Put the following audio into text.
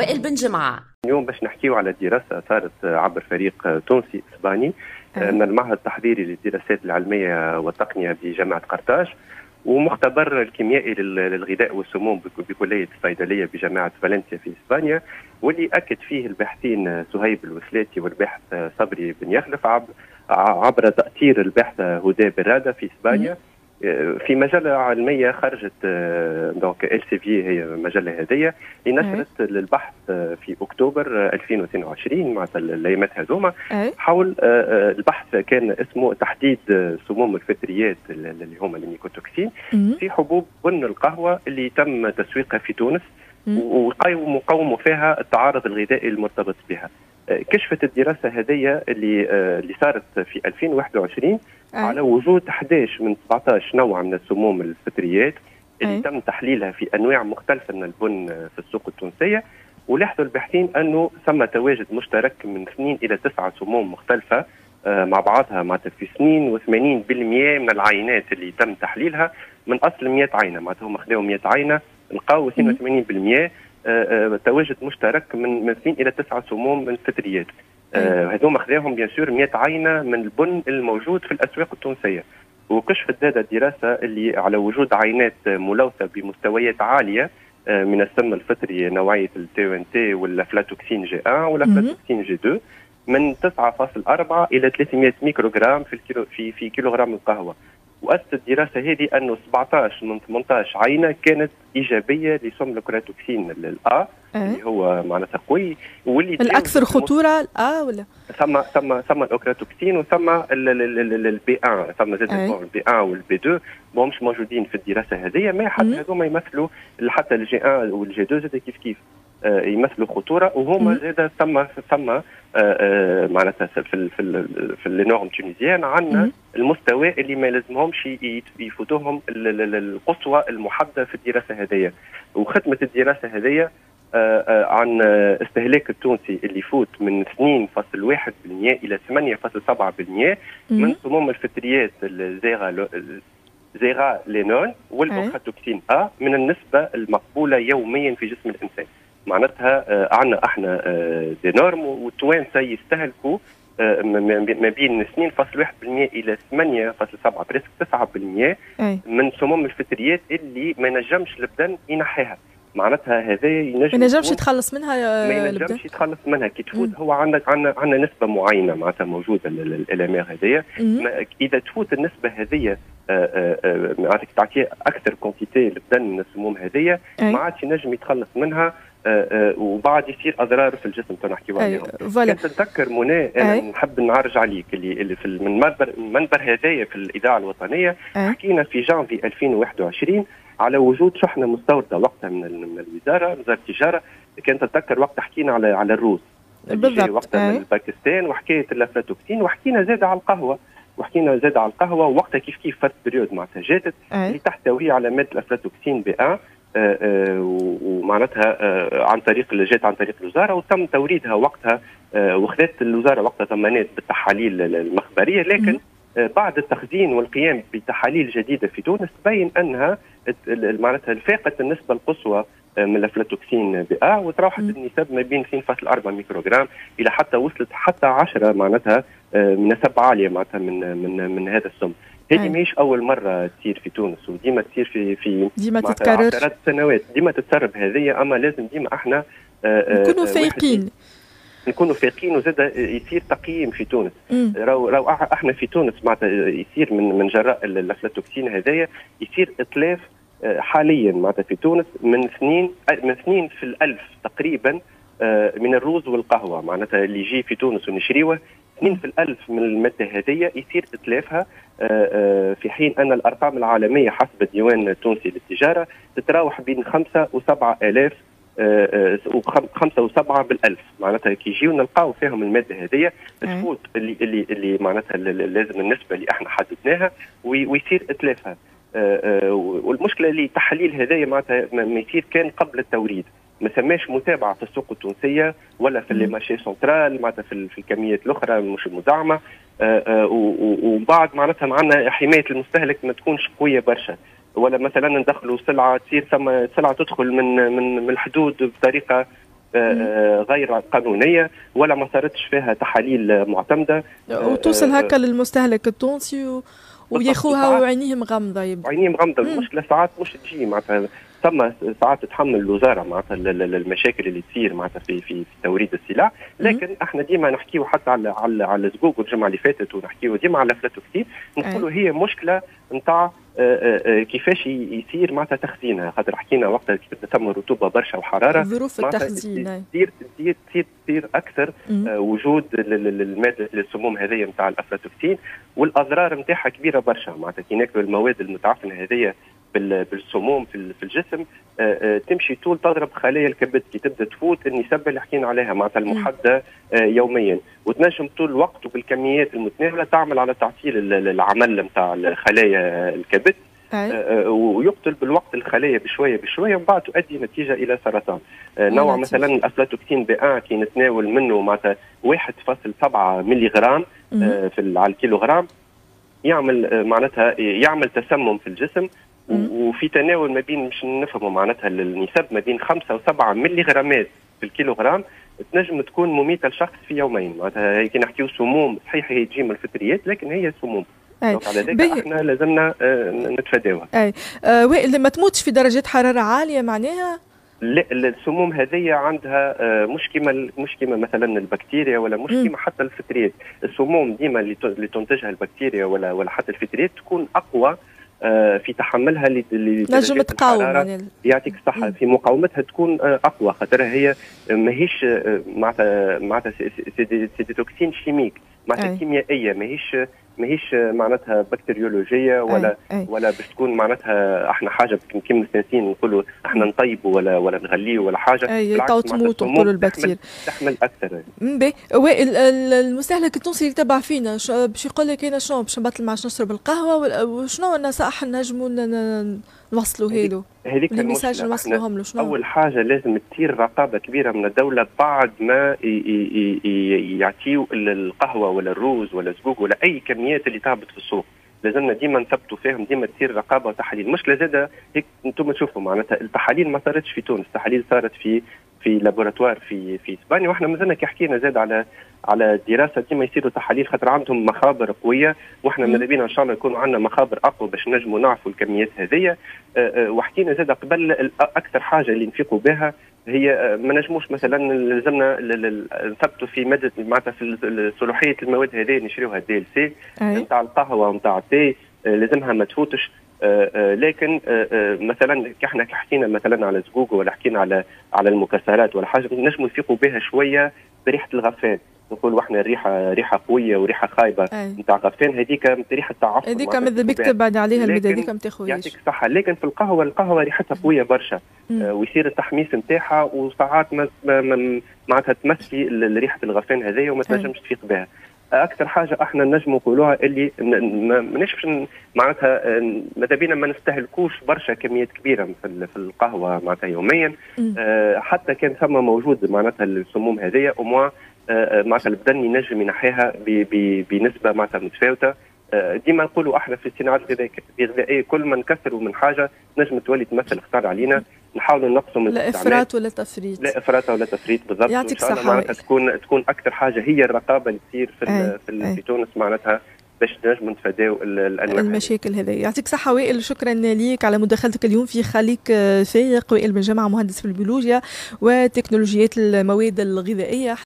وائل بن جمعة. اليوم باش نحكيو على دراسة صارت عبر فريق تونسي إسباني من المعهد التحضيري للدراسات العلمية والتقنية بجامعة قرطاج، ومختبر الكيميائي للغذاء والسموم بكلية الصيدلية بجامعة فالنسيا في إسبانيا، واللي أكد فيه الباحثين سهيب الوسلاتي والباحث صبري بن يخلف عبر تأثير الباحثة هدى برادة في إسبانيا في مجلة علمية خرجت دونك إلسيفييه، هي مجلة هذه اللي نشرت البحث في أكتوبر 2022 مع الأيامات هذوما حول البحث كان اسمه تحديد سموم الفطريات اللي هما الميكوتوكسين في حبوب بن القهوة اللي تم تسويقها في تونس، وقوموا فيها التعارض الغذائي المرتبط بها. كشفت الدراسة هذه اللي صارت في 2021 على وجود 11 من 17 نوع من السموم الفطريات اللي تم تحليلها في أنواع مختلفة من البن في السوق التونسية، ولاحظوا الباحثين أنه ثم تواجد مشترك من 2 إلى 9 سموم مختلفة مع بعضها معناتها في 82% من العينات اللي تم تحليلها من أصل 100 عينة، معناتها هم خذوا 100 عينة لقاو 82% تواجد مشترك من 2 إلى 9 سموم من الفطريات. هذوما خذاهم بيان سور 100 عينة من البن الموجود في الأسواق التونسية، وكشفت هذا الدراسة اللي على وجود عينات ملوثة بمستويات عالية من السم الفطري نوعية التي ان تي والافلاتوكسين جي 1 والافلاتوكسين جي 2 من 9.4 إلى 300 ميكروغرام في كيلوغرام القهوة. وأثبتت الدراسة هذه أنه 17 من 18 عينة كانت إيجابية لسم الكراتوكسين الآ اللي هو معناتها قوي، واللي الأكثر خطورة الآ ولا؟ ثم الأوكراتوكسين وثم البي 1، ثم زاد البي 1 والبي 2 مش موجودين في الدراسة هذه، ما حتى هذوما يمثلوا حتى الجي 1 والجي 2 زاد كيف يمثلوا خطورة، وهما زاد ثم معناتها في النورم تونيزيان عندنا المستوى اللي ما لازمهمش يفوتوهم القصوى المحددة في الدراسة هذه. وختمة الدراسة هذه عن استهلاك التونسي اللي يفوت من 2.1% إلى 8.7% من سموم الفطريات الزيغا لينول والأوكراتوكسين A من النسبة المقبولة يوميا في جسم الإنسان. معناتها عندنا احنا دي نورم، والتوانسه يستهلكوا ما بين 2.1% الى 8.7 بريسك 9% من سموم الفطريات اللي ما ينجمش البدن ينحيها. معناتها هذا ما ينجمش يتخلص منها، ما ينجمش يتخلص منها كي تفوت. هو عندنا نسبه معينه معناتها موجوده الالامير هذيا، اذا تفوت النسبه هذه معناتها تعطي اكثر كونتيتي البدن من السموم هذه ما عادش ينجم يتخلص منها، وبعد يصير اضرار في الجسم تنحكيو عليهم. كنت نتذكر منى انا نحب نعرج عليك اللي في المنبر هذايا في الاذاعه الوطنيه حكينا في جانفي 2021 على وجود شحنه مستورده وقتها من وزاره التجاره. كنت اتذكر وقتها حكينا على الروس بالضبط وقتها من باكستان، وحكايه الافلاتوكسين، وحكينا زاد على القهوه وقتها كيف فرد بريود معناتها جاتت اللي تحتوي على ماده الافلاتوكسين بي 1 ومعناتها عن طريق الوزاره، وتم توريدها وقتها، وخذت الوزاره وقتها ضمانات بالتحاليل المخبريه، لكن بعد التخزين والقيام بتحاليل جديده في تونس تبين انها معناتها فاقت النسبه القصوى من الافلاتوكسين بي 1، وتراوحت النسب ما بين 2.4 ميكروغرام الى حتى وصلت حتى 10 معناتها من نسب عاليه معناتها من هذا السم. هذه ماهيش اول مره تصير في تونس، وديما تصير في ديما تتكرر عشرات السنوات، ديما تتسرب هذه. اما لازم ديما احنا نكونوا فايقين وزاد يصير تقييم في تونس. راو احنا في تونس معناتها يصير من جراء الافلاتوكسين هذايا يصير اتلاف حاليا معناتها في تونس من 2 في الألف تقريبا من الروز والقهوه، معناتها اللي يجي في تونس ونشريوه 2 في الألف من الماده هذه يصير اتلافها، في حين ان الارقام العالميه حسب الديوان التونسي للتجاره تتراوح بين 5 و7 آلاف و5 و7 بالألف. معناتها كي يجيو نلقاو فيهم الماده هذه تفوت اللي معناتها لازم النسبه اللي احنا حددناها ويصير اتلافها. والمشكله اللي تحليل هذايا معناتها ما يصير كان قبل التوريد، ما سماش متابعه في السوق التونسيه ولا في لي مارشي سنترال معناتها في الكميات الاخرى مش المدعمه، وبعد معناتها معنا حمايه المستهلك ما تكونش قويه برشا، ولا مثلا ندخلوا سلعه تصير ثم سلعه تدخل من الحدود بطريقه غير قانونيه ولا ما صارتش فيها تحاليل معتمده، وتوصل هكا للمستهلك التونسي وياخوها وعينيهم غامضه. عينيهم غامضه. المشكله ساعات مش تجي معناتها ثم ساعات تتحمل الوزاره معناتها المشاكل اللي تصير معناتها في توريد السلاح، لكن احنا ديما نحكيو حتى على زقوق الجمعه اللي فاتت، ونحكيو ديما على فلاتو كتير، نقولوا هي مشكله نتاع كيفاش يصير معناتها تخزينها، خاطر حكينا وقتها كيف تم رطوبه برشا وحراره، ظروف التخزين تصير اكثر وجود الماده السموم هذه نتاع الافلاتوكسين، والاضرار نتاعها كبيره برشا. معناتها كي ناكلوا المواد المتعفنه هذه بالسموم في الجسم تمشي طول تضرب خلايا الكبد كي تبدا تفوت النسبه اللي حكينا عليها معناتها المحدده يوميا، وتنجم طول الوقت وبالكميات المتناوله تعمل على تعطيل العمل نتاع خلايا الكبد، ويقتل بالوقت الخلايا بشويه بشويه، ومن بعد تؤدي نتيجه الى سرطان. نوع مثلا الافلاتوكسين B1 كي نتناول منه معناتها 1.7 ملي غرام على الكيلوغرام يعمل تسمم في الجسم، وفي تناول ما بين مش نفهموا معناتها النسب ما بين 5 و7 ملي غرامات في الكيلوغرام تنجم تكون مميته لشخص في يومين. معناتها هي كي نحكيو سموم صحيح هي تجي من الفطريات لكن هي سموم، على ذلك احنا لازمنا نتفاداوها. وائل ما تموتش في درجات حراره عاليه معناها؟ لا، السموم هذه عندها مش كيما مثلا البكتيريا ولا مش كيما حتى الفطريات. السموم ديما اللي تنتجها البكتيريا ولا حتى الفطريات تكون اقوى في تحملها نجم تقاوم، يعطيك الصحه، في مقاومتها تكون اقوى، خاطر هي ماهيش معناتها سيدوتوكسين شيميك، معناتها كيميائيه، ماهيش معناتها بكتيريولوجيه ولا باش تكون معناتها احنا حاجه كيما مستانسين نقولوا احنا نطيبوا ولا نغليوا ولا حاجه، بالعكس تموت وتقولوا البكتير تحمل اكثر. وائل المستهلك التونسي اللي تبع فينا باش يقول لك انا شنو باش نبطل ما عادش نشرب القهوه، وشنو النصائح نجموا نوصلوا له؟ هذيك الميساج نوصلوهم له شنو؟ اول حاجه لازم تصير رقابه كبيره من الدوله بعد ما يعطيوا القهوه ولا الروز ولا الزقوق ولا اي كميات اللي تهبط في السوق، لازمنا ديما نثبتوا فيهم، ديما تصير رقابه وتحاليل. المشكله زاده هيك انتم تشوفوا معناتها التحاليل ما صارتش في تونس، التحاليل صارت في لابوراتوار في اسبانيا، واحنا مازلنا كي حكينا زاد على الدراسه ديما يصيروا تحاليل خاطر عندهم مخابر قويه، واحنا ماذا بينا ان شاء الله يكونوا عندنا مخابر اقوى باش نجموا نعرفوا الكميات هذيا. وحكينا زاد قبل اكثر حاجه اللي نفيقوا بها هي ما نجموش مثلا لازمنا نثبتوا في ماده معناتها في صلاحيه المواد هذه نشريوها DLC نتاع القهوه ونتاع التي لازمها ما تفوتش. لكن مثلا احنا حكينا مثلا على زقوق ولا حكينا على المكسرات ولا حاجه نجموا نفيقوا بها شويه بريحه الغفان، نقولوا احنا ريحه قويه وريحه خايبه نتاع غفان، هذيك ريحه تعفن، هذيك ماذا بك تبعد عليها المده هذيك ما تاخذيش. يعطيك الصحه. لكن في القهوه ريحتها قويه برشا، ويصير التحميص نتاعها وساعات معناتها تمسي ريحه الغفان هذيا وما تنجمش تفيق بها. اكثر حاجه احنا نجموا نقولوها اللي ماناش معناتها ماذا بينا ما نستهلكوش برشا كميات كبيره في القهوه معناتها يوميا، حتى كان ثم موجود معناتها السموم هذيا وموا معناتها البدن ينجم ينحيها بنسبه معناتها متفاوته. ديما نقولوا احنا في الصناعات الغذائيه كل ما نكثروا من حاجه نجم تولي تمثل خطر علينا، نحاولوا نقسم لا افراط ولا تفريط. لا افراط ولا تفريط بالضبط. يعطيك الصحه. معناتها تكون اكثر حاجه هي الرقابه اللي تصير في تونس معناتها باش نجم نتفاداو الانواع المشاكل هذه. يعطيك صحه وائل، شكرا ليك على مداخلتك اليوم في خليك فايق. وائل بن جمعه مهندس في البيولوجيا وتكنولوجيات المواد الغذائيه.